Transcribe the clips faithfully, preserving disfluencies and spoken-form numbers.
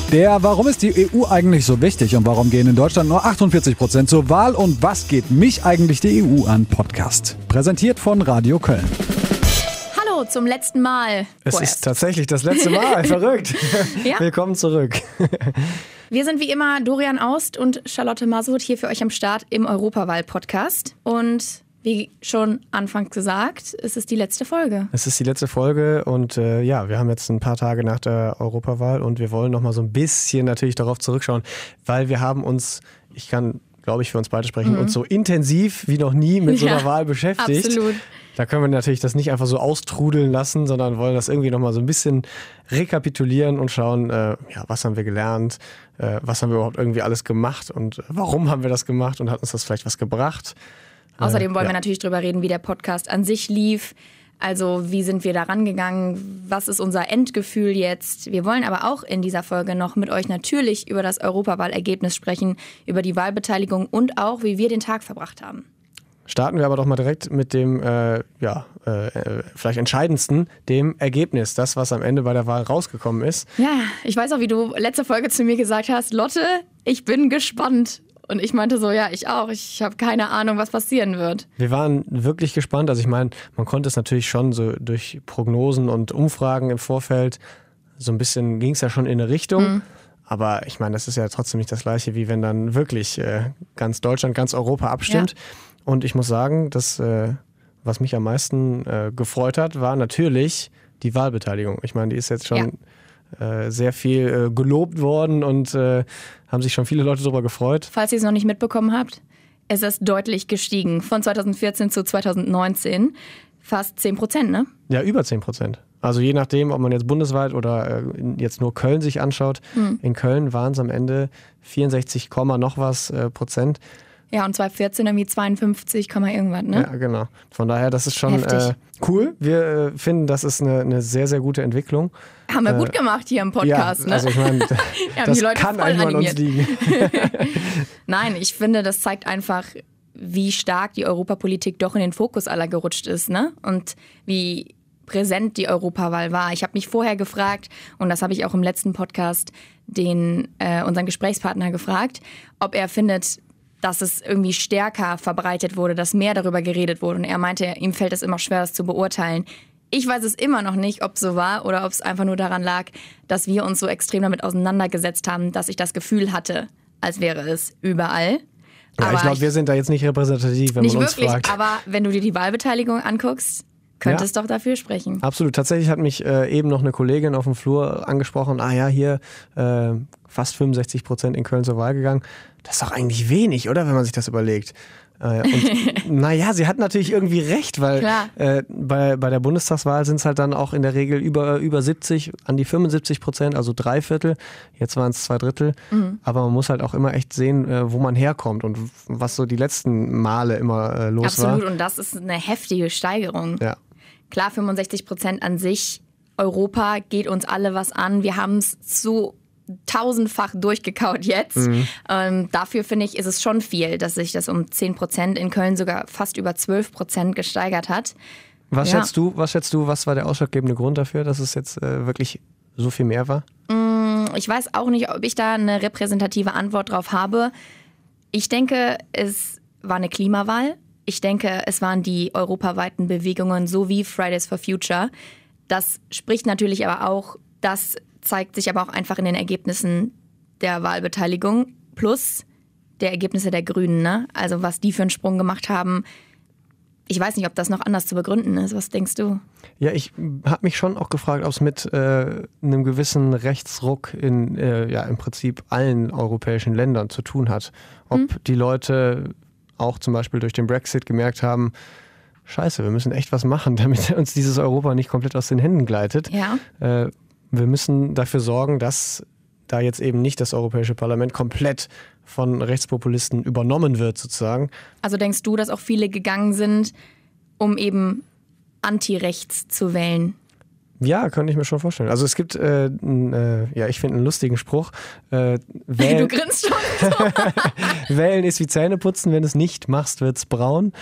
Der Warum ist die E U eigentlich so wichtig und warum gehen in Deutschland nur achtundvierzig Prozent zur Wahl und was geht mich eigentlich die E U an Podcast. Präsentiert von Radio Köln. Hallo zum letzten Mal. Es vorerst. ist tatsächlich das letzte Mal. Verrückt. Ja. Willkommen zurück. Wir sind wie immer Dorian Aust und Charlotte Masud hier für euch am Start im Europawahl-Podcast. Und wie schon anfangs gesagt, es ist die letzte Folge. Es ist die letzte Folge und äh, ja, wir haben jetzt ein paar Tage nach der Europawahl und wir wollen noch mal so ein bisschen natürlich darauf zurückschauen, weil wir haben uns, ich kann, glaube ich, für uns beide sprechen, mhm. uns so intensiv wie noch nie mit so einer ja, Wahl beschäftigt. Absolut. Da können wir natürlich das nicht einfach so austrudeln lassen, sondern wollen das irgendwie noch mal so ein bisschen rekapitulieren und schauen, äh, ja, was haben wir gelernt, äh, was haben wir überhaupt irgendwie alles gemacht und warum haben wir das gemacht und hat uns das vielleicht was gebracht. Außerdem wollen ja. wir natürlich drüber reden, wie der Podcast an sich lief. Also wie sind wir da rangegangen? Was ist unser Endgefühl jetzt? Wir wollen aber auch in dieser Folge noch mit euch natürlich über das Europawahlergebnis sprechen, über die Wahlbeteiligung und auch, wie wir den Tag verbracht haben. Starten wir aber doch mal direkt mit dem äh, ja, äh, vielleicht entscheidendsten, dem Ergebnis. Das, was am Ende bei der Wahl rausgekommen ist. Ja, ich weiß auch, wie du letzte Folge zu mir gesagt hast, Lotte, ich bin gespannt. Und ich meinte so, ja, ich auch. Ich habe keine Ahnung, was passieren wird. Wir waren wirklich gespannt. Also ich meine, man konnte es natürlich schon so durch Prognosen und Umfragen im Vorfeld, so ein bisschen ging es ja schon in eine Richtung. Mhm. Aber ich meine, das ist ja trotzdem nicht das Gleiche, wie wenn dann wirklich äh, ganz Deutschland, ganz Europa abstimmt. Ja. Und ich muss sagen, das, äh, was mich am meisten äh, gefreut hat, war natürlich die Wahlbeteiligung. Ich meine, die ist jetzt schon... Ja. sehr viel äh, gelobt worden und äh, haben sich schon viele Leute darüber gefreut. Falls ihr es noch nicht mitbekommen habt, es ist deutlich gestiegen von zweitausendvierzehn zu zweitausendneunzehn. Fast zehn Prozent, ne? Ja, über zehn Prozent. Also je nachdem, ob man jetzt bundesweit oder äh, jetzt nur Köln sich anschaut. Mhm. In Köln waren es am Ende vierundsechzig, noch was äh, Prozent. Ja, und zweitausendvierzehn irgendwie zweiundfünfzig, irgendwas, ne? Ja, genau. Von daher, das ist schon äh, cool. Wir äh, finden, das ist eine, eine sehr, sehr gute Entwicklung. Haben wir äh, gut gemacht hier im Podcast, ja, ne? Also ich meine, das die Leute kann einfach an uns liegen. Nein, ich finde, das zeigt einfach, wie stark die Europapolitik doch in den Fokus aller gerutscht ist, ne? Und wie präsent die Europawahl war. Ich habe mich vorher gefragt, und das habe ich auch im letzten Podcast den äh, unseren Gesprächspartner gefragt, ob er findet, dass es irgendwie stärker verbreitet wurde, dass mehr darüber geredet wurde. Und er meinte, ihm fällt es immer schwer, das zu beurteilen. Ich weiß es immer noch nicht, ob es so war oder ob es einfach nur daran lag, dass wir uns so extrem damit auseinandergesetzt haben, dass ich das Gefühl hatte, als wäre es überall. Ja, aber ich glaube, wir sind da jetzt nicht repräsentativ, wenn nicht man uns wirklich, fragt. Aber wenn du dir die Wahlbeteiligung anguckst, könnte ja. es doch dafür sprechen. Absolut. Tatsächlich hat mich äh, eben noch eine Kollegin auf dem Flur angesprochen, ah ja, hier äh, fast fünfundsechzig Prozent in Köln zur Wahl gegangen. Das ist doch eigentlich wenig, oder? Wenn man sich das überlegt. Äh, und naja, sie hat natürlich irgendwie recht, weil äh, bei, bei der Bundestagswahl sind es halt dann auch in der Regel über, über siebzig, an die fünfundsiebzig Prozent, also drei Viertel. Jetzt waren es zwei Drittel. Mhm. Aber man muss halt auch immer echt sehen, äh, wo man herkommt und was so die letzten Male immer äh, los Absolut. war. Absolut, und das ist eine heftige Steigerung. Ja. Klar, fünfundsechzig Prozent an sich, Europa geht uns alle was an. Wir haben es zu tausendfach durchgekaut jetzt. Mhm. Ähm, dafür finde ich, ist es schon viel, dass sich das um zehn Prozent, in Köln sogar fast über zwölf Prozent gesteigert hat. Was, ja. schätzt du, was schätzt du, was war der ausschlaggebende Grund dafür, dass es jetzt äh, wirklich so viel mehr war? Ich weiß auch nicht, ob ich da eine repräsentative Antwort drauf habe. Ich denke, es war eine Klimawahl. Ich denke, es waren die europaweiten Bewegungen, so wie Fridays for Future. Das spricht natürlich aber auch, das zeigt sich aber auch einfach in den Ergebnissen der Wahlbeteiligung plus der Ergebnisse der Grünen, ne? Also was die für einen Sprung gemacht haben. Ich weiß nicht, ob das noch anders zu begründen ist. Was denkst du? Ja, ich habe mich schon auch gefragt, ob es mit äh, einem gewissen Rechtsruck in äh, ja, im Prinzip allen europäischen Ländern zu tun hat. Ob hm. die Leute auch zum Beispiel durch den Brexit gemerkt haben, scheiße, wir müssen echt was machen, damit uns dieses Europa nicht komplett aus den Händen gleitet. Ja. Äh, wir müssen dafür sorgen, dass da jetzt eben nicht das Europäische Parlament komplett von Rechtspopulisten übernommen wird, sozusagen. Also denkst du, dass auch viele gegangen sind, um eben anti-rechts zu wählen? Ja, könnte ich mir schon vorstellen. Also es gibt, äh, n, äh, ja, ich finde einen lustigen Spruch. Äh, wählen, du grinst schon so. Wählen ist wie Zähneputzen, wenn du es nicht machst, wird's braun.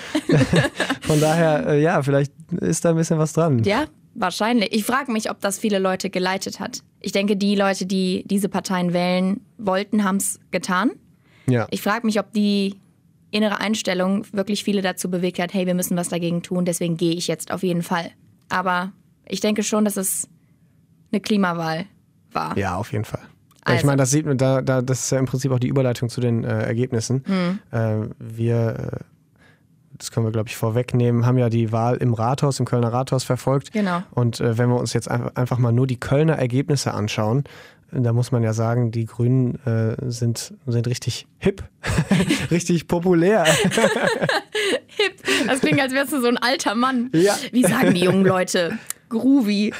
Von daher, äh, ja, vielleicht ist da ein bisschen was dran. Ja, wahrscheinlich. Ich frage mich, ob das viele Leute geleitet hat. ich denke, die Leute, die diese Parteien wählen wollten, haben es getan. Ja. Ich frage mich, ob die innere Einstellung wirklich viele dazu bewegt hat, hey, wir müssen was dagegen tun, deswegen gehe ich jetzt auf jeden Fall. Aber ich denke schon, dass es eine Klimawahl war. Ja, auf jeden Fall. Also. Ich meine, das sieht man, da, da, das ist ja im Prinzip auch die Überleitung zu den äh, Ergebnissen. Mhm. Äh, wir, äh, das können wir, glaube ich, vorwegnehmen, haben ja die Wahl im Rathaus, im Kölner Rathaus verfolgt. Genau. Und äh, wenn wir uns jetzt einfach, einfach mal nur die Kölner Ergebnisse anschauen, da muss man ja sagen, die Grünen äh, sind, sind richtig hip, richtig populär. Hip, das klingt, als wärst du so ein alter Mann. Ja. Wie sagen die jungen Leute? Groovy.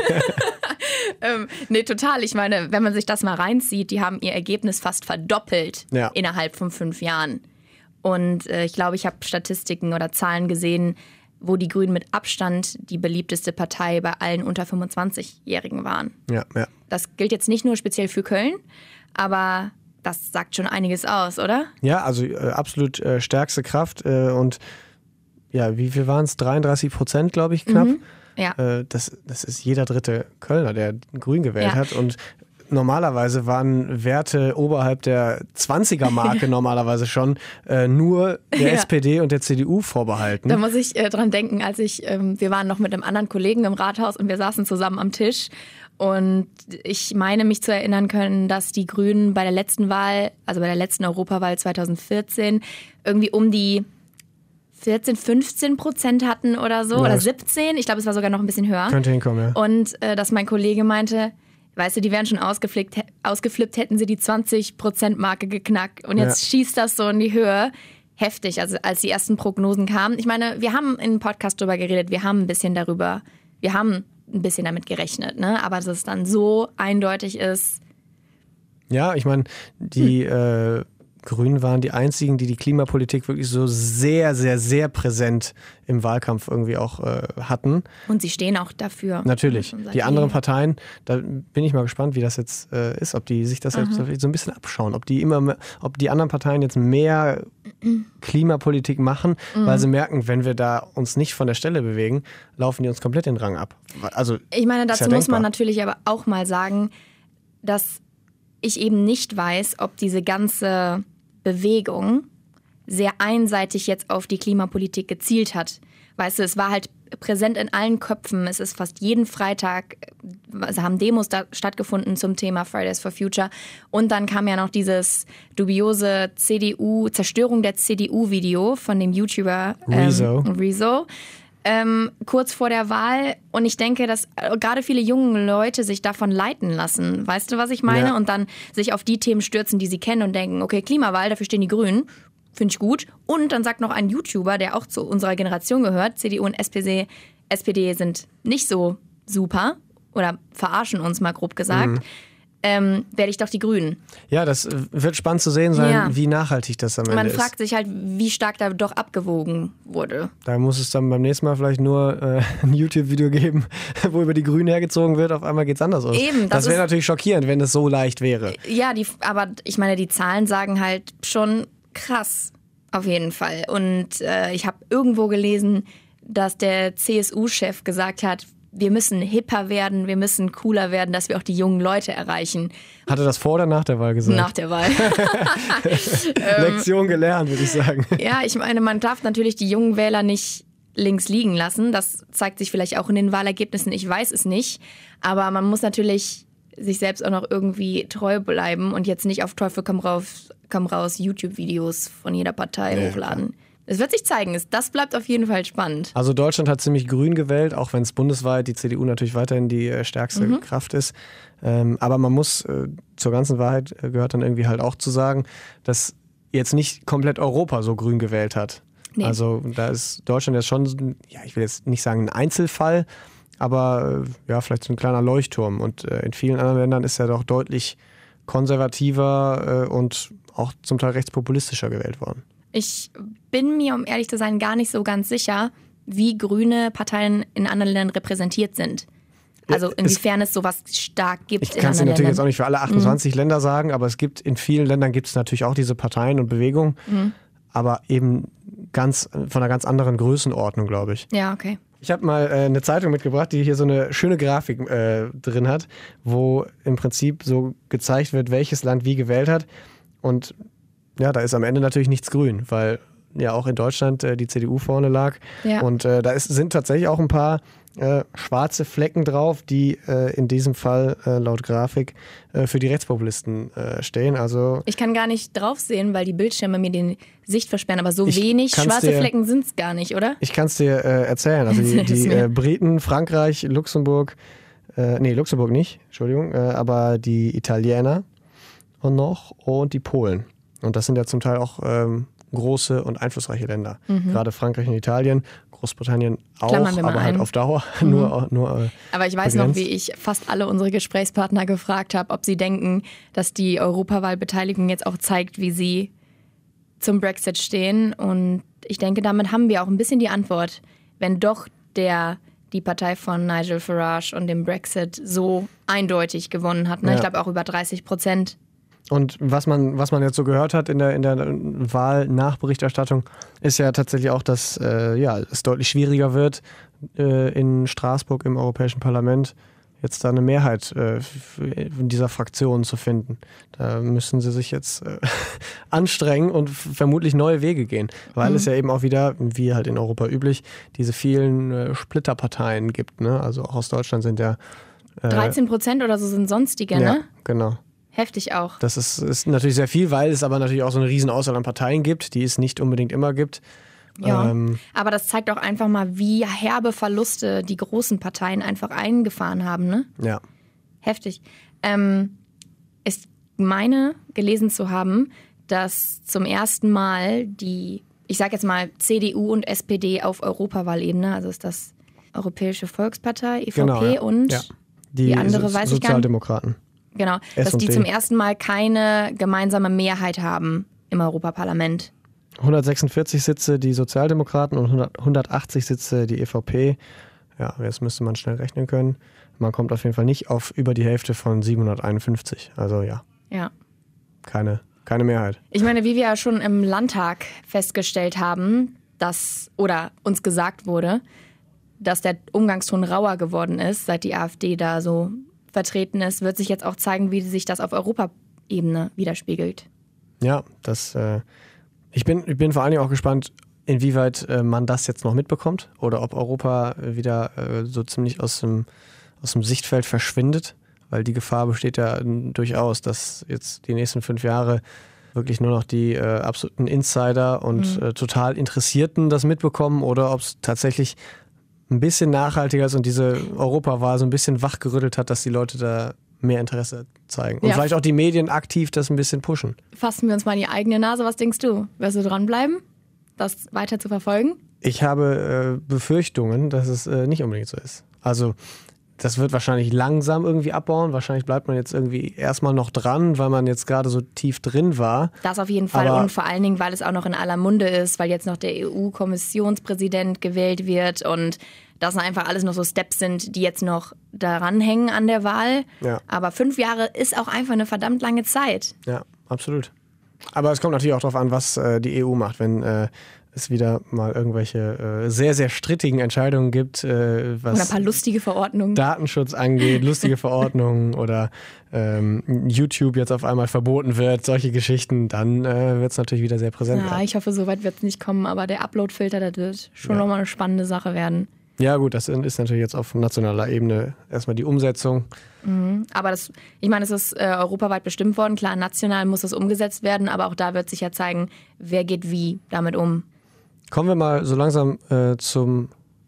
ähm, nee, total. Ich meine, wenn man sich das mal reinzieht, die haben ihr Ergebnis fast verdoppelt Ja. innerhalb von fünf Jahren. Und äh, ich glaube, ich habe Statistiken oder Zahlen gesehen, wo die Grünen mit Abstand die beliebteste Partei bei allen unter fünfundzwanzigjährigen waren. Ja, ja. Das gilt jetzt nicht nur speziell für Köln, aber das sagt schon einiges aus, oder? Ja, also äh, absolut äh, stärkste Kraft äh, und ja, wie viel waren es? dreiunddreißig Prozent, glaube ich, knapp. Mhm. Ja. Äh, das, das ist jeder dritte Kölner, der Grün gewählt Ja. hat und normalerweise waren Werte oberhalb der zwanziger-Marke normalerweise schon äh, nur der Ja. S P D und der C D U vorbehalten. Da muss ich äh, dran denken, als ich, ähm, wir waren noch mit einem anderen Kollegen im Rathaus und wir saßen zusammen am Tisch. Und ich meine mich zu erinnern können, dass die Grünen bei der letzten Wahl, also bei der letzten Europawahl zweitausendvierzehn, irgendwie um die vierzehn, fünfzehn Prozent hatten oder so, Ja, oder das- siebzehn. Ich glaube, es war sogar noch ein bisschen höher. Könnte hinkommen, ja. Und äh, dass mein Kollege meinte, weißt du, die wären schon ausgeflippt, hä- ausgeflippt hätten sie die zwanzig Prozent Marke geknackt. Und jetzt Ja. schießt das so in die Höhe. Heftig, also als die ersten Prognosen kamen. Ich meine, wir haben in einem Podcast drüber geredet, wir haben ein bisschen darüber, wir haben ein bisschen damit gerechnet, ne? Aber dass es dann so eindeutig ist. Ja, ich meine, die äh, Grünen waren die einzigen, die die Klimapolitik wirklich so sehr, sehr, sehr präsent im Wahlkampf irgendwie auch äh, hatten. Und sie stehen auch dafür. Natürlich. Schon seit Die anderen jeher. Parteien, da bin ich mal gespannt, wie das jetzt äh, ist, ob die sich das jetzt so ein bisschen abschauen, ob die immer, mehr- ob die anderen Parteien jetzt mehr Klimapolitik machen, weil sie merken, wenn wir da uns nicht von der Stelle bewegen, laufen die uns komplett den Rang ab. Also Ich meine, ist dazu ja muss man denkbar. natürlich aber auch mal sagen, dass ich eben nicht weiß, ob diese ganze Bewegung sehr einseitig jetzt auf die Klimapolitik gezielt hat. Weißt du, es war halt präsent in allen Köpfen. Es ist fast jeden Freitag, also haben Demos da stattgefunden zum Thema Fridays for Future. Und dann kam ja noch dieses dubiose C D U, Zerstörung der C D U-Video von dem YouTuber Rezo. Ähm, Rezo. Ähm, kurz vor der Wahl. Und ich denke, dass äh, gerade viele junge Leute sich davon leiten lassen. Weißt du, was ich meine? Ja. Und dann sich auf die Themen stürzen, die sie kennen und denken, okay, Klimawahl, dafür stehen die Grünen. Finde ich gut. Und dann sagt noch ein YouTuber, der auch zu unserer Generation gehört, C D U und S P D, S P D sind nicht so super oder verarschen uns mal grob gesagt, Mhm. ähm, werde ich doch die Grünen. Ja, das äh, wird spannend zu sehen sein, Ja. wie nachhaltig das am Ende Man ist. fragt sich halt, wie stark da doch abgewogen wurde. Da muss es dann beim nächsten Mal vielleicht nur äh, ein YouTube-Video geben, wo über die Grünen hergezogen wird. Auf einmal geht's anders aus. Eben, das das wäre ist- natürlich schockierend, wenn es so leicht wäre. Ja, die, aber ich meine, die Zahlen sagen halt schon krass, auf jeden Fall. Und äh, ich habe irgendwo gelesen, dass der C S U-Chef gesagt hat, wir müssen hipper werden, wir müssen cooler werden, dass wir auch die jungen Leute erreichen. Hat er das vor oder nach der Wahl gesagt? Nach der Wahl. Lektion gelernt, würde ich sagen. Ja, ich meine, man darf natürlich die jungen Wähler nicht links liegen lassen. Das zeigt sich vielleicht auch in den Wahlergebnissen, ich weiß es nicht. Aber man muss natürlich sich selbst auch noch irgendwie treu bleiben und jetzt nicht auf Teufel komm raus, komm raus YouTube-Videos von jeder Partei Ja, hochladen. Es wird sich zeigen, es- das bleibt auf jeden Fall spannend. Also Deutschland hat ziemlich grün gewählt, auch wenn es bundesweit die C D U natürlich weiterhin die äh, stärkste Mhm. Kraft ist. Ähm, aber man muss äh, zur ganzen Wahrheit äh, gehört dann irgendwie halt auch zu sagen, dass jetzt nicht komplett Europa so grün gewählt hat. Nee. Also da ist Deutschland jetzt schon, ja, ich will jetzt nicht sagen ein Einzelfall, aber äh, ja, vielleicht so ein kleiner Leuchtturm. Und äh, in vielen anderen Ländern ist er doch deutlich konservativer äh, und auch zum Teil rechtspopulistischer gewählt worden. Ich bin mir, um ehrlich zu sein, gar nicht so ganz sicher, wie grüne Parteien in anderen Ländern repräsentiert sind. Also Ja, es- inwiefern es sowas stark gibt Ich in kann es dir anderen natürlich jetzt Ländern. auch nicht für alle achtundzwanzig Länder sagen, aber es gibt in vielen Ländern gibt es natürlich auch diese Parteien und Bewegungen, aber eben ganz von einer ganz anderen Größenordnung, glaube ich. Ja, okay. Ich habe mal äh, eine Zeitung mitgebracht, die hier so eine schöne Grafik äh, drin hat, wo im Prinzip so gezeigt wird, welches Land wie gewählt hat. Und ja, da ist am Ende natürlich nichts grün, weil ja auch in Deutschland äh, die C D U vorne lag. Ja. Und äh, da ist, sind tatsächlich auch ein paar äh, schwarze Flecken drauf, die äh, in diesem Fall äh, laut Grafik äh, für die Rechtspopulisten äh, stehen. Also Ich kann gar nicht drauf sehen, weil die Bildschirme mir die Sicht versperren, aber so Ich wenig kann's schwarze dir- Flecken sind es gar nicht, oder? ich kann es dir äh, erzählen. Also die, Erzähl es die mir. äh, Briten, Frankreich, Luxemburg, äh, nee, Luxemburg nicht, Entschuldigung, äh, aber die Italiener und noch und die Polen. Und das sind ja zum Teil auch ähm, große und einflussreiche Länder. Gerade Frankreich und Italien, Großbritannien auch, Klammern wir mal aber halt ein. auf Dauer. nur, nur äh, Aber ich weiß begrenzt. noch, wie ich fast alle unsere Gesprächspartner gefragt habe, ob sie denken, dass die Europawahlbeteiligung jetzt auch zeigt, wie sie zum Brexit stehen. Und ich denke, damit haben wir auch ein bisschen die Antwort. Wenn doch der, die Partei von Nigel Farage und dem Brexit so eindeutig gewonnen hat. Ne? Ja. Ich glaube auch über dreißig Prozent. Und was man, was man jetzt so gehört hat in der, in der Wahlnachberichterstattung, ist ja tatsächlich auch, dass äh, ja, es deutlich schwieriger wird, äh, in Straßburg im Europäischen Parlament jetzt da eine Mehrheit äh, in dieser Fraktion zu finden. Da müssen sie sich jetzt äh, anstrengen und f- vermutlich neue Wege gehen, weil Mhm. es ja eben auch wieder, wie halt in Europa üblich, diese vielen äh, Splitterparteien gibt. Ne? Also auch aus Deutschland sind ja äh, dreizehn Prozent oder so sind sonstige, ja, ne? genau. Heftig auch. Das ist, ist natürlich sehr viel, weil es aber natürlich auch so eine riesen Auswahl an Parteien gibt, die es nicht unbedingt immer gibt. Ja, Ähm, aber das zeigt auch einfach mal, wie herbe Verluste die großen Parteien einfach eingefahren haben, ne? ja. Heftig. Ähm, ich meine, gelesen zu haben, dass zum ersten Mal die, ich sag jetzt mal, C D U und S P D auf Europawahlebene, also ist das Europäische Volkspartei, E V P Genau, ja. und Ja. die andere So- weiß ich gar nicht. Sozialdemokraten. Genau, S dass und die D. zum ersten Mal keine gemeinsame Mehrheit haben im Europaparlament. hundertsechsundvierzig Sitze die Sozialdemokraten und hundert, hundertachtzig Sitze die E V P. Ja, jetzt müsste man schnell rechnen können. Man kommt auf jeden Fall nicht auf über die Hälfte von siebenhunderteinundfünfzig. Also ja, Ja. keine, keine Mehrheit. Ich meine, wie wir ja schon im Landtag festgestellt haben, dass, oder uns gesagt wurde, dass der Umgangston rauer geworden ist, seit die AfD da so vertreten ist, wird sich jetzt auch zeigen, wie sich das auf Europaebene widerspiegelt. Ja, das, äh, ich bin, ich bin vor allen Dingen auch gespannt, inwieweit äh, man das jetzt noch mitbekommt oder ob Europa wieder äh, so ziemlich aus dem, aus dem Sichtfeld verschwindet, weil die Gefahr besteht ja äh, durchaus, dass jetzt die nächsten fünf Jahre wirklich nur noch die äh, absoluten Insider und Mhm. äh, total Interessierten das mitbekommen oder ob es tatsächlich ein bisschen nachhaltiger ist und diese Europawahl so ein bisschen wachgerüttelt hat, dass die Leute da mehr Interesse zeigen. Und Ja. vielleicht auch die Medien aktiv das ein bisschen pushen. Fassen wir uns mal in die eigene Nase. Was denkst du? Wirst du dranbleiben, das weiter zu verfolgen? Ich habe äh, Befürchtungen, dass es äh, nicht unbedingt so ist. Also das wird wahrscheinlich langsam irgendwie abbauen. Wahrscheinlich bleibt man jetzt irgendwie erstmal noch dran, weil man jetzt gerade so tief drin war. Das auf jeden Fall Aber- und vor allen Dingen, weil es auch noch in aller Munde ist, weil jetzt noch der E U-Kommissionspräsident gewählt wird und das einfach alles noch so Steps sind, die jetzt noch daran hängen an der Wahl. Ja. Aber fünf Jahre ist auch einfach eine verdammt lange Zeit. Ja, absolut. Aber es kommt natürlich auch darauf an, was äh, die E U macht. Wenn äh, es wieder mal irgendwelche äh, sehr, sehr strittigen Entscheidungen gibt, äh, was Oder ein paar lustige Verordnungen. Datenschutz angeht, lustige Verordnungen oder ähm, YouTube jetzt auf einmal verboten wird, solche Geschichten, dann äh, wird es natürlich wieder sehr präsent Ja, werden. ich hoffe, so weit wird es nicht kommen, aber der Upload-Filter, das wird schon Ja. nochmal eine spannende Sache werden. Ja gut, das ist natürlich jetzt auf nationaler Ebene erstmal die Umsetzung. Aber das, ich meine, es ist äh, europaweit bestimmt worden. Klar, national muss das umgesetzt werden, aber auch da wird sich ja zeigen, wer geht wie damit um. Kommen wir mal so langsam äh, zum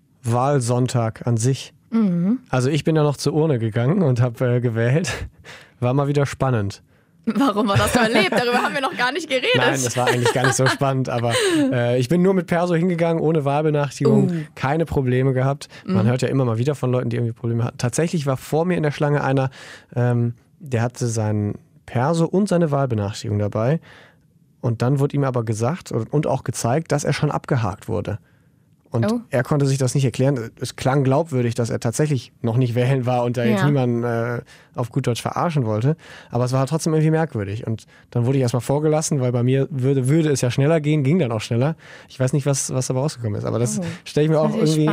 Wahlsonntag an sich. Also ich bin ja noch zur Urne gegangen und habe äh, gewählt. War mal wieder spannend. Warum war das so erlebt? Darüber haben wir noch gar nicht geredet. Nein, das war eigentlich gar nicht so spannend, aber äh, ich bin nur mit Perso hingegangen, ohne Wahlbenachrichtigung, Uh. keine Probleme gehabt. Man hört ja immer mal wieder von Leuten, die irgendwie Probleme hatten. Tatsächlich war vor mir in der Schlange einer, ähm, der hatte seinen Perso und seine Wahlbenachrichtigung dabei. Und dann wurde ihm aber gesagt und und auch gezeigt, dass er schon abgehakt wurde. Und Oh. er konnte sich das nicht erklären. Es klang glaubwürdig, dass er tatsächlich noch nicht wählen war und da jetzt Ja. niemanden äh, auf gut Deutsch verarschen wollte. Aber es war trotzdem irgendwie merkwürdig. Und dann wurde ich erstmal vorgelassen, weil bei mir würde, würde es ja schneller gehen, ging dann auch schneller. Ich weiß nicht, was, was dabei rausgekommen ist. Aber das Oh. stelle ich mir Das auch ist natürlich irgendwie spannend.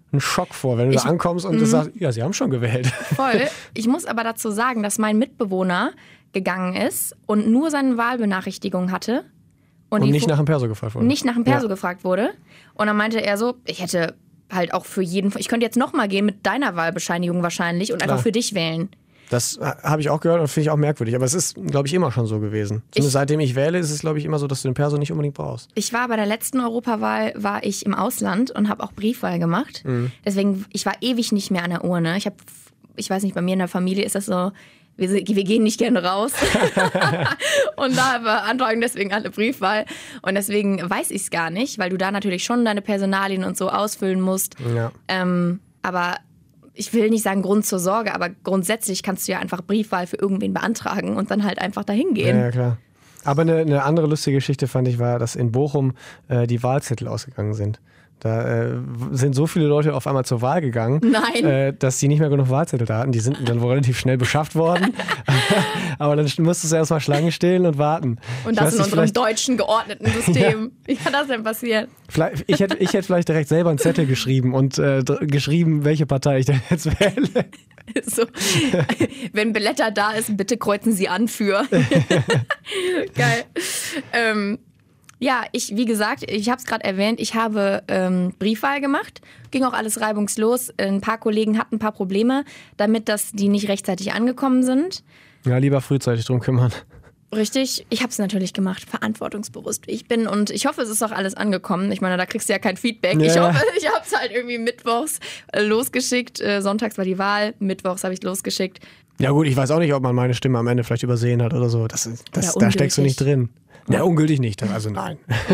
ein Schock vor, wenn du ich, da ankommst und du sagst, ja, sie haben schon gewählt. Voll. Ich muss aber dazu sagen, dass mein Mitbewohner gegangen ist und nur seine Wahlbenachrichtigung hatte. Und, und nicht nach dem Perso gefragt wurde. Nicht nach dem Perso ja. gefragt wurde. Und dann meinte er so, ich hätte halt auch für jeden, ich könnte jetzt nochmal gehen mit deiner Wahlbescheinigung wahrscheinlich und Klar. einfach für dich wählen. Das habe ich auch gehört und finde ich auch merkwürdig. Aber es ist, glaube ich, immer schon so gewesen. Zumindest seitdem ich wähle, ist es, glaube ich, immer so, dass du den Perso nicht unbedingt brauchst. Ich war bei der letzten Europawahl, war ich im Ausland und habe auch Briefwahl gemacht. Mhm. Deswegen, ich war ewig nicht mehr an der Urne. Ich habe, ich weiß nicht, bei mir in der Familie ist das so, wir, wir gehen nicht gerne raus. Und da beantragen deswegen alle Briefwahl. Und deswegen weiß ich es gar nicht, weil du da natürlich schon deine Personalien und so ausfüllen musst. Ja. Ähm, aber ich will nicht sagen Grund zur Sorge, aber grundsätzlich kannst du ja einfach Briefwahl für irgendwen beantragen und dann halt einfach dahin gehen. Ja, ja klar. Aber eine, eine andere lustige Geschichte fand ich war, dass in Bochum äh, die Wahlzettel ausgegangen sind. Da äh, sind so viele Leute auf einmal zur Wahl gegangen, Nein. Äh, dass die nicht mehr genug Wahlzettel da hatten. Die sind dann wohl relativ schnell beschafft worden. Aber dann musstest du erstmal Schlange stehen und warten. Und das in unserem deutschen geordneten System. Ja. Wie kann das denn passieren? Vielleicht, ich, hätte, ich hätte vielleicht direkt selber einen Zettel geschrieben und äh, geschrieben, welche Partei ich denn jetzt wähle. So, wenn Blätter da ist, bitte kreuzen Sie an für. Geil. Ähm, ja, ich, wie gesagt, ich habe es gerade erwähnt, ich habe ähm, Briefwahl gemacht. Ging auch alles reibungslos. Ein paar Kollegen hatten ein paar Probleme damit, dass die nicht rechtzeitig angekommen sind. Ja, lieber frühzeitig drum kümmern. Richtig, ich habe es natürlich gemacht, verantwortungsbewusst wie ich bin und ich hoffe, es ist auch alles angekommen. Ich meine, da kriegst du ja kein Feedback. Ja. Ich hoffe, ich habe es halt irgendwie mittwochs äh, losgeschickt. Äh, sonntags war die Wahl, mittwochs habe ich losgeschickt. Ja gut, ich weiß auch nicht, ob man meine Stimme am Ende vielleicht übersehen hat oder so. Das, das, da steckst du nicht drin. Ja, ungültig nicht, also nein.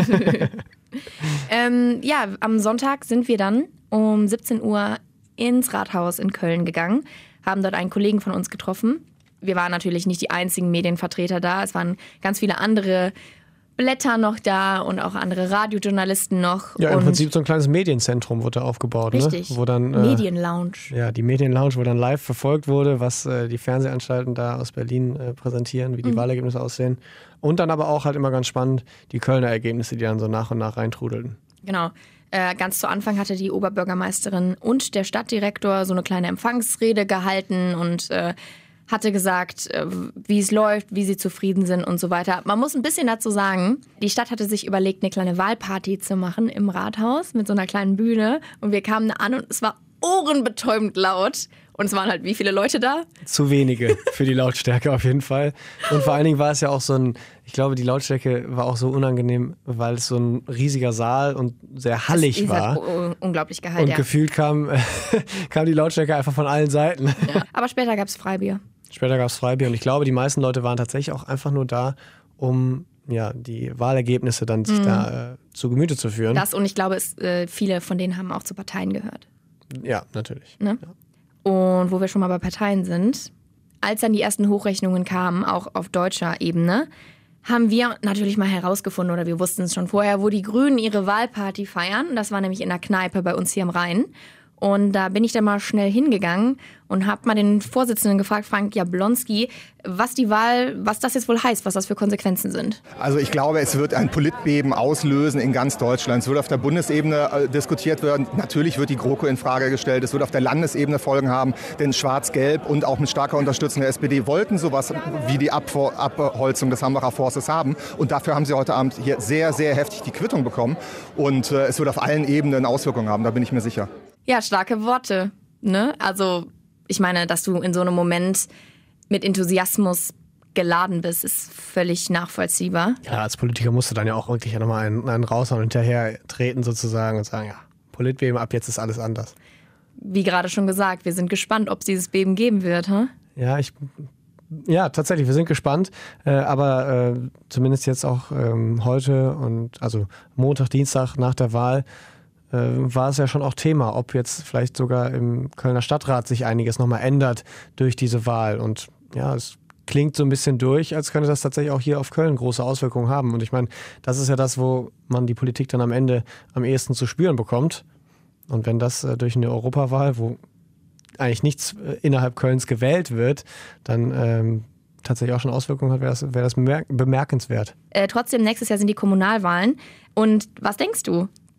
ähm, ja, am Sonntag sind wir dann um siebzehn Uhr ins Rathaus in Köln gegangen, haben dort einen Kollegen von uns getroffen. Wir waren natürlich nicht die einzigen Medienvertreter da. Es waren ganz viele andere Blätter noch da und auch andere Radiojournalisten noch. Ja, im und Prinzip so ein kleines Medienzentrum wurde da aufgebaut. Richtig, ne? Wo dann, äh, Medienlounge. Ja, die Medienlounge, wo dann live verfolgt wurde, was äh, die Fernsehanstalten da aus Berlin äh, präsentieren, wie die mhm. Wahlergebnisse aussehen. Und dann aber auch halt immer ganz spannend die Kölner Ergebnisse, die dann so nach und nach reintrudelten. Genau. Äh, ganz zu Anfang hatte die Oberbürgermeisterin und der Stadtdirektor so eine kleine Empfangsrede gehalten und äh, hatte gesagt, wie es läuft, wie sie zufrieden sind und so weiter. Man muss ein bisschen dazu sagen, die Stadt hatte sich überlegt, eine kleine Wahlparty zu machen im Rathaus mit so einer kleinen Bühne. Und wir kamen an und es war ohrenbetäubend laut. Und es waren halt wie viele Leute da? Zu wenige für die Lautstärke auf jeden Fall. Und vor allen Dingen war es ja auch so ein, ich glaube, die Lautstärke war auch so unangenehm, weil es so ein riesiger Saal und sehr hallig das war. Halt unglaublich Gehalt, Und ja. gefühlt kam, kam die Lautstärke einfach von allen Seiten. Ja. Aber später gab es Freibier. Später gab es Freibier und ich glaube, die meisten Leute waren tatsächlich auch einfach nur da, um ja, die Wahlergebnisse dann sich mhm. da äh, zu Gemüte zu führen. Das und ich glaube, es, äh, viele von denen haben auch zu Parteien gehört. Ja, natürlich. Ne? Ja. Und wo wir schon mal bei Parteien sind, als dann die ersten Hochrechnungen kamen, auch auf deutscher Ebene, haben wir natürlich mal herausgefunden, oder wir wussten es schon vorher, wo die Grünen ihre Wahlparty feiern. Das war nämlich in der Kneipe bei uns hier am Rhein. Und da bin ich dann mal schnell hingegangen und habe mal den Vorsitzenden gefragt, Frank Jablonski, was die Wahl, was das jetzt wohl heißt, was das für Konsequenzen sind. Also ich glaube, es wird ein Politbeben auslösen in ganz Deutschland. Es wird auf der Bundesebene äh, diskutiert werden. Natürlich wird die GroKo in Frage gestellt. Es wird auf der Landesebene Folgen haben. Denn Schwarz-Gelb und auch mit starker Unterstützung der S P D wollten sowas wie die Abfor- Abholzung des Hambacher Forstes haben. Und dafür haben sie heute Abend hier sehr, sehr heftig die Quittung bekommen. Und äh, es wird auf allen Ebenen Auswirkungen haben, da bin ich mir sicher. Ja, starke Worte, ne? Also ich meine, dass du in so einem Moment mit Enthusiasmus geladen bist, ist völlig nachvollziehbar. Ja, als Politiker musst du dann ja auch wirklich nochmal einen, einen raushauen und hinterher treten sozusagen und sagen, ja, Politbeben, ab jetzt ist alles anders. Wie gerade schon gesagt, wir sind gespannt, ob es dieses Beben geben wird, hm? Ja, ich... Ja, tatsächlich, wir sind gespannt, äh, aber äh, zumindest jetzt auch ähm, heute und also Montag, Dienstag nach der Wahl äh, war es ja schon auch Thema, ob jetzt vielleicht sogar im Kölner Stadtrat sich einiges nochmal ändert durch diese Wahl und ja, es klingt so ein bisschen durch, als könnte das tatsächlich auch hier auf Köln große Auswirkungen haben und ich meine, das ist ja das, wo man die Politik dann am Ende am ehesten zu spüren bekommt und wenn das äh, durch eine Europawahl, wo eigentlich nichts innerhalb Kölns gewählt wird, dann ähm, tatsächlich auch schon Auswirkungen hat, wäre das, wär das bemerk- bemerkenswert. Äh, trotzdem, nächstes Jahr sind die Kommunalwahlen. Und was denkst du?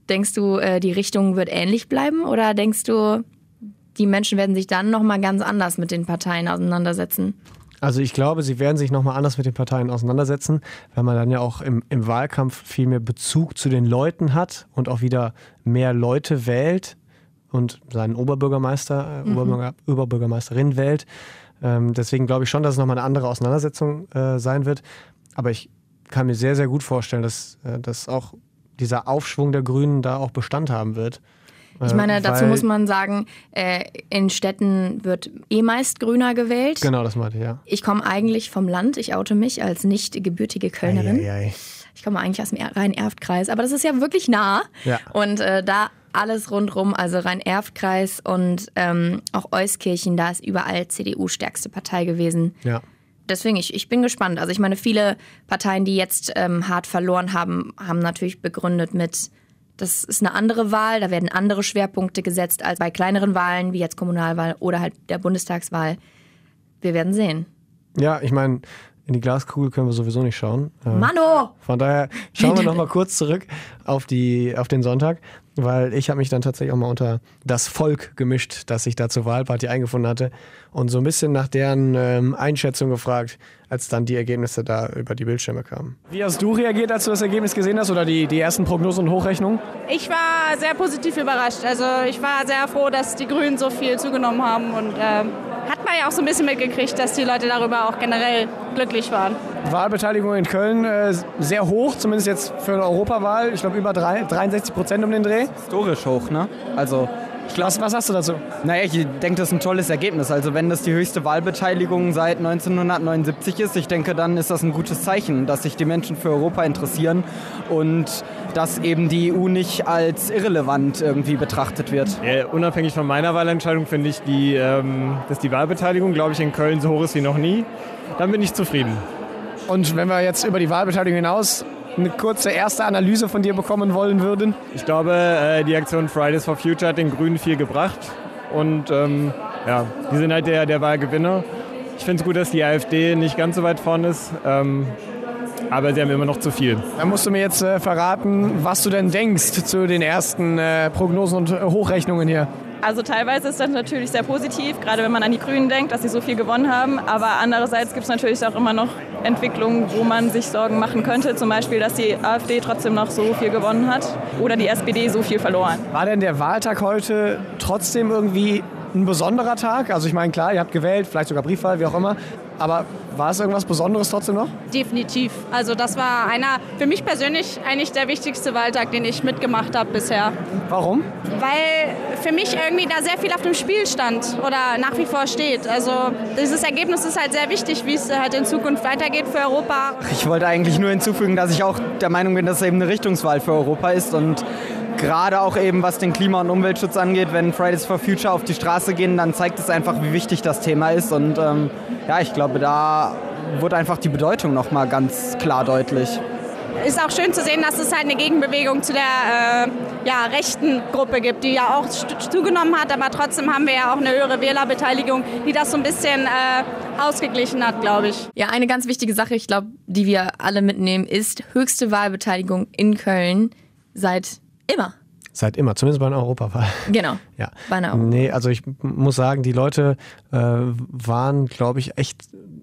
Denkst du, die Richtung wird ähnlich bleiben oder denkst du, die Menschen werden sich dann nochmal ganz anders mit den Parteien auseinandersetzen? Also ich glaube, sie werden sich nochmal anders mit den Parteien auseinandersetzen, weil man dann ja auch im, im Wahlkampf viel mehr Bezug zu den Leuten hat und auch wieder mehr Leute wählt und seinen Oberbürgermeister, mhm. Oberbürger, Oberbürgermeisterin wählt. Ähm, deswegen glaube ich schon, dass es nochmal eine andere Auseinandersetzung äh, sein wird. Aber ich kann mir sehr, sehr gut vorstellen, dass, äh, dass auch dieser Aufschwung der Grünen da auch Bestand haben wird. Ich meine, dazu muss man sagen, äh, in Städten wird eh meist Grüner gewählt. Genau, das meinte ich, ja. Ich komme eigentlich vom Land, ich oute mich als nicht gebürtige Kölnerin. Ei, ei, ei. Ich komme eigentlich aus dem Rhein-Erft-Kreis, aber das ist ja wirklich nah. Ja. Und äh, da alles rundrum, also Rhein-Erft-Kreis und ähm, auch Euskirchen, da ist überall C D U stärkste Partei gewesen. Ja. Deswegen, ich, ich bin gespannt. Also ich meine, viele Parteien, die jetzt ähm, hart verloren haben, haben natürlich begründet mit, das ist eine andere Wahl, da werden andere Schwerpunkte gesetzt als bei kleineren Wahlen, wie jetzt Kommunalwahl oder halt der Bundestagswahl. Wir werden sehen. Ja, ich meine, in die Glaskugel können wir sowieso nicht schauen. Mano! Von daher schauen wir noch mal kurz zurück auf, die, auf den Sonntag, weil ich habe mich dann tatsächlich auch mal unter das Volk gemischt, das sich da zur Wahlparty eingefunden hatte und so ein bisschen nach deren ähm, Einschätzung gefragt, als dann die Ergebnisse da über die Bildschirme kamen. Wie hast du reagiert, als du das Ergebnis gesehen hast oder die, die ersten Prognosen und Hochrechnungen? Ich war sehr positiv überrascht. Also ich war sehr froh, dass die Grünen so viel zugenommen haben und ähm, hat man ja auch so ein bisschen mitgekriegt, dass die Leute darüber auch generell glücklich waren. Wahlbeteiligung in Köln äh, sehr hoch, zumindest jetzt für eine Europawahl. Ich glaube über drei, dreiundsechzig Prozent um den Dreh. Historisch hoch, ne? Also was, was hast du dazu? Naja, ich denke, das ist ein tolles Ergebnis. Also wenn das die höchste Wahlbeteiligung seit neunzehnhundertneunundsiebzig ist, ich denke, dann ist das ein gutes Zeichen, dass sich die Menschen für Europa interessieren und dass eben die E U nicht als irrelevant irgendwie betrachtet wird. Ja, unabhängig von meiner Wahlentscheidung finde ich, die, ähm, dass die Wahlbeteiligung, glaube ich, in Köln so hoch ist wie noch nie. Dann bin ich zufrieden. Und wenn wir jetzt über die Wahlbeteiligung hinaus eine kurze erste Analyse von dir bekommen wollen würden? Ich glaube, äh, die Aktion Fridays for Future hat den Grünen viel gebracht und ähm, ja, die sind halt der, der Wahlgewinner. Ich finde es gut, dass die AfD nicht ganz so weit vorne ist, ähm, aber sie haben immer noch zu viel. Dann musst du mir jetzt äh, verraten, was du denn denkst zu den ersten äh, Prognosen und äh, Hochrechnungen hier. Also teilweise ist das natürlich sehr positiv, gerade wenn man an die Grünen denkt, dass sie so viel gewonnen haben. Aber andererseits gibt es natürlich auch immer noch Entwicklungen, wo man sich Sorgen machen könnte. Zum Beispiel, dass die AfD trotzdem noch so viel gewonnen hat oder die S P D so viel verloren. War denn der Wahltag heute trotzdem irgendwie ein besonderer Tag? Also ich meine, klar, ihr habt gewählt, vielleicht sogar Briefwahl, wie auch immer. Aber war es irgendwas Besonderes trotzdem noch? Definitiv. Also das war einer, für mich persönlich eigentlich der wichtigste Wahltag, den ich mitgemacht habe bisher. Warum? Weil für mich irgendwie da sehr viel auf dem Spiel stand oder nach wie vor steht. Also dieses Ergebnis ist halt sehr wichtig, wie es halt in Zukunft weitergeht für Europa. Ich wollte eigentlich nur hinzufügen, dass ich auch der Meinung bin, dass es eben eine Richtungswahl für Europa ist und gerade auch eben, was den Klima- und Umweltschutz angeht, wenn Fridays for Future auf die Straße gehen, dann zeigt es einfach, wie wichtig das Thema ist. Und ähm, ja, ich glaube, da wurde einfach die Bedeutung nochmal ganz klar deutlich. Ist auch schön zu sehen, dass es halt eine Gegenbewegung zu der äh, ja, rechten Gruppe gibt, die ja auch zugenommen hat. Aber trotzdem haben wir ja auch eine höhere Wählerbeteiligung, die das so ein bisschen äh, ausgeglichen hat, glaube ich. Ja, eine ganz wichtige Sache, ich glaube, die wir alle mitnehmen, ist höchste Wahlbeteiligung in Köln seit immer. Seit immer, zumindest bei einer Europawahl. Genau, ja. bei einer Europawahl. Nee, also ich muss sagen, die Leute äh, waren, glaube ich, echt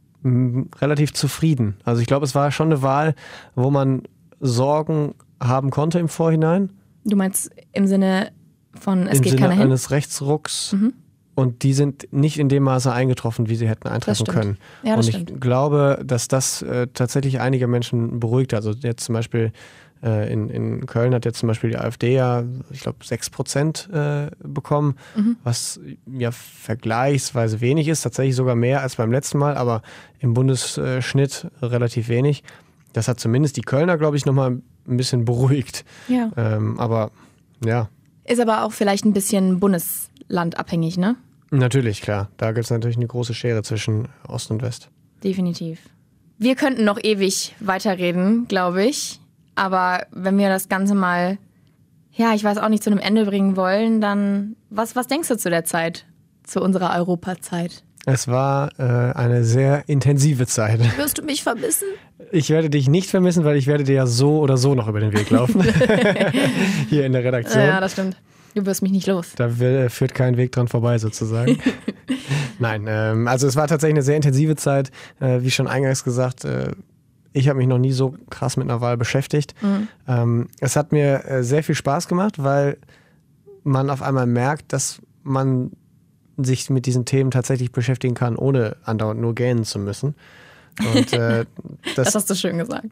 m, relativ zufrieden. Also ich glaube, es war schon eine Wahl, wo man Sorgen haben konnte im Vorhinein. Du meinst im Sinne von, es Im geht Sinne keiner hin? eines Rechtsrucks. Mhm. Und die sind nicht in dem Maße eingetroffen, wie sie hätten eintreffen können. Ja, das Und ich stimmt. glaube, dass das äh, tatsächlich einige Menschen beruhigt. Also jetzt zum Beispiel In, in Köln hat jetzt zum Beispiel die AfD ja, ich glaube, sechs Prozent äh, bekommen, mhm. was ja vergleichsweise wenig ist, tatsächlich sogar mehr als beim letzten Mal, aber im Bundesschnitt relativ wenig. Das hat zumindest die Kölner, glaube ich, nochmal ein bisschen beruhigt. Ja. Ähm, aber ja. Ist aber auch vielleicht ein bisschen bundeslandabhängig, ne? Natürlich, klar. Da gibt es natürlich eine große Schere zwischen Ost und West. Definitiv. Wir könnten noch ewig weiterreden, glaube ich. Aber wenn wir das Ganze mal, ja, ich weiß auch nicht, zu einem Ende bringen wollen, dann, was, was denkst du zu der Zeit, zu unserer Europazeit? Es war äh, eine sehr intensive Zeit. Wirst du mich vermissen? Ich werde dich nicht vermissen, weil ich werde dir ja so oder so noch über den Weg laufen. Hier in der Redaktion. Ja, das stimmt. Du wirst mich nicht los. Da will, führt kein Weg dran vorbei sozusagen. Nein, ähm, also es war tatsächlich eine sehr intensive Zeit. Äh, wie schon eingangs gesagt, äh, ich habe mich noch nie so krass mit einer Wahl beschäftigt. Mhm. Ähm, es hat mir äh, sehr viel Spaß gemacht, weil man auf einmal merkt, dass man sich mit diesen Themen tatsächlich beschäftigen kann, ohne andauernd nur gähnen zu müssen. Und, äh, das, das hast du schön gesagt.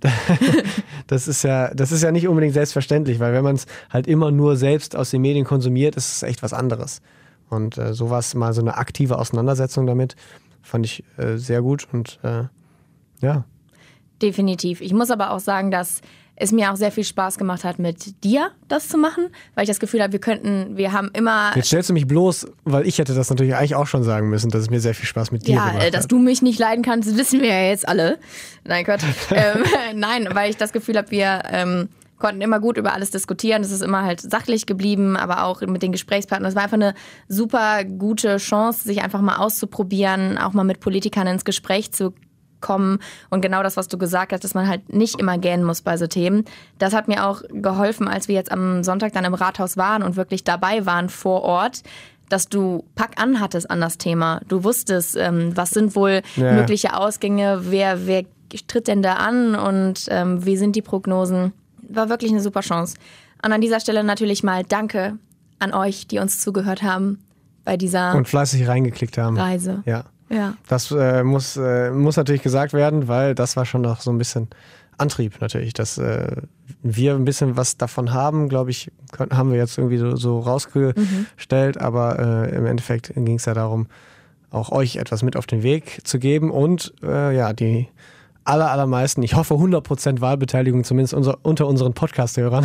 das ist ja, das ist ja nicht unbedingt selbstverständlich, weil wenn man es halt immer nur selbst aus den Medien konsumiert, ist es echt was anderes. Und äh, so war es mal so eine aktive Auseinandersetzung damit, fand ich äh, sehr gut und äh, ja. Definitiv. Ich muss aber auch sagen, dass es mir auch sehr viel Spaß gemacht hat, mit dir das zu machen, weil ich das Gefühl habe, wir könnten, wir haben immer... Jetzt stellst du mich bloß, weil ich hätte das natürlich eigentlich auch schon sagen müssen, dass es mir sehr viel Spaß mit dir ja, gemacht hat. Ja, dass du mich nicht leiden kannst, das wissen wir ja jetzt alle. Nein, Gott. ähm, nein, weil ich das Gefühl habe, wir ähm, konnten immer gut über alles diskutieren. Es ist immer halt sachlich geblieben, aber auch mit den Gesprächspartnern. Es war einfach eine super gute Chance, sich einfach mal auszuprobieren, auch mal mit Politikern ins Gespräch zu kommen und genau das, was du gesagt hast, dass man halt nicht immer gähnen muss bei so Themen. Das hat mir auch geholfen, als wir jetzt am Sonntag dann im Rathaus waren und wirklich dabei waren vor Ort, dass du Pack an hattest an das Thema. Du wusstest, ähm, was sind wohl ja. mögliche Ausgänge, wer, wer tritt denn da an und ähm, wie sind die Prognosen. War wirklich eine super Chance. Und an dieser Stelle natürlich mal Danke an euch, die uns zugehört haben bei dieser und fleißig reingeklickt haben. Reise. Ja. Ja. Das äh, muss, äh, muss natürlich gesagt werden, weil das war schon noch so ein bisschen Antrieb natürlich, dass äh, wir ein bisschen was davon haben, glaube ich, können, haben wir jetzt irgendwie so, so rausgestellt, mhm. aber äh, im Endeffekt ging es ja darum, auch euch etwas mit auf den Weg zu geben und äh, ja, die aller, allermeisten, ich hoffe hundert Prozent Wahlbeteiligung, zumindest unser, unter unseren Podcast-Hörern,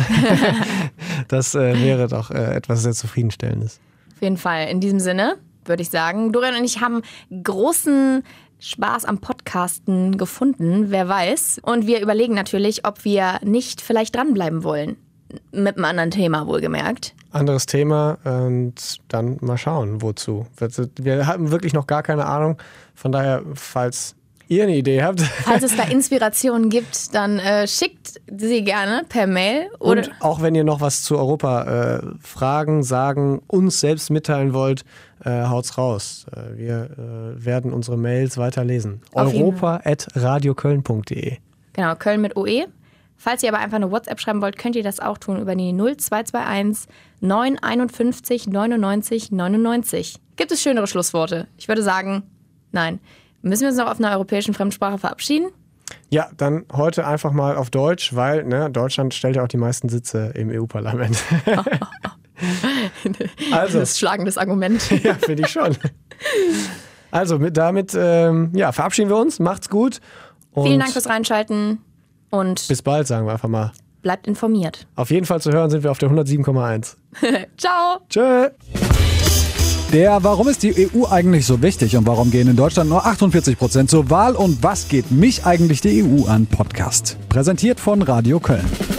das äh, wäre doch äh, etwas sehr Zufriedenstellendes. Auf jeden Fall, in diesem Sinne würde ich sagen. Dorian und ich haben großen Spaß am Podcasten gefunden, wer weiß. Und wir überlegen natürlich, ob wir nicht vielleicht dranbleiben wollen. Mit einem anderen Thema, wohlgemerkt. Anderes Thema und dann mal schauen, wozu. Wir haben wirklich noch gar keine Ahnung. Von daher, falls ihr eine Idee habt. Falls es da Inspirationen gibt, dann äh, schickt sie gerne per Mail. Oder und auch wenn ihr noch was zu Europa äh, fragen, sagen, uns selbst mitteilen wollt, äh, haut's raus. Äh, wir äh, werden unsere Mails weiterlesen. europa at radioköln punkt de. Genau, Köln mit O E. Falls ihr aber einfach eine WhatsApp schreiben wollt, könnt ihr das auch tun über die null zwei zwei eins neun fünf eins neunundneunzig neunundneunzig. Gibt es schönere Schlussworte? Ich würde sagen, nein. Müssen wir uns noch auf einer europäischen Fremdsprache verabschieden? Ja, dann heute einfach mal auf Deutsch, weil ne, Deutschland stellt ja auch die meisten Sitze im E U-Parlament. Also, das ist ein schlagendes Argument. Ja, finde ich schon. Also mit, damit ähm, ja, verabschieden wir uns. Macht's gut. Und vielen Dank fürs Reinschalten und bis bald, sagen wir einfach mal. Bleibt informiert. Auf jeden Fall zu hören sind wir auf der hundertsieben Komma eins. Ciao. Tschö. Der Warum ist die E U eigentlich so wichtig und warum gehen in Deutschland nur achtundvierzig Prozent zur Wahl und was geht mich eigentlich die E U an Podcast. Präsentiert von Radio Köln.